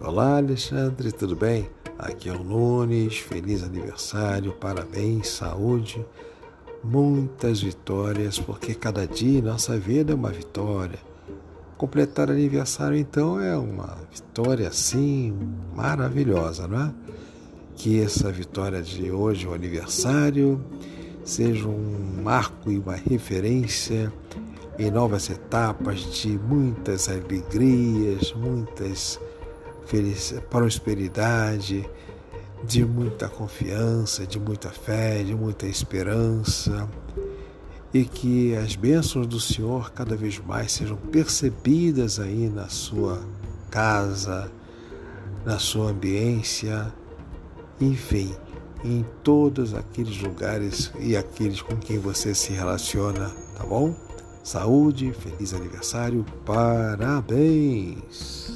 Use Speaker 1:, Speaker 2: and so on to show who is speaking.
Speaker 1: Olá, Alexandre, tudo bem? Aqui é o Nunes, feliz aniversário, parabéns, saúde, muitas vitórias, porque cada dia em nossa vida é uma vitória. Completar aniversário, então, é uma vitória, assim, maravilhosa, não é? Que essa vitória de hoje, o aniversário, seja um marco e uma referência em novas etapas de muitas alegrias, muitas prosperidade, de muita confiança, de muita fé, de muita esperança, e que as bênçãos do Senhor cada vez mais sejam percebidas aí na sua casa, na sua ambiência, enfim, em todos aqueles lugares e aqueles com quem você se relaciona, tá bom? Saúde, feliz aniversário, parabéns!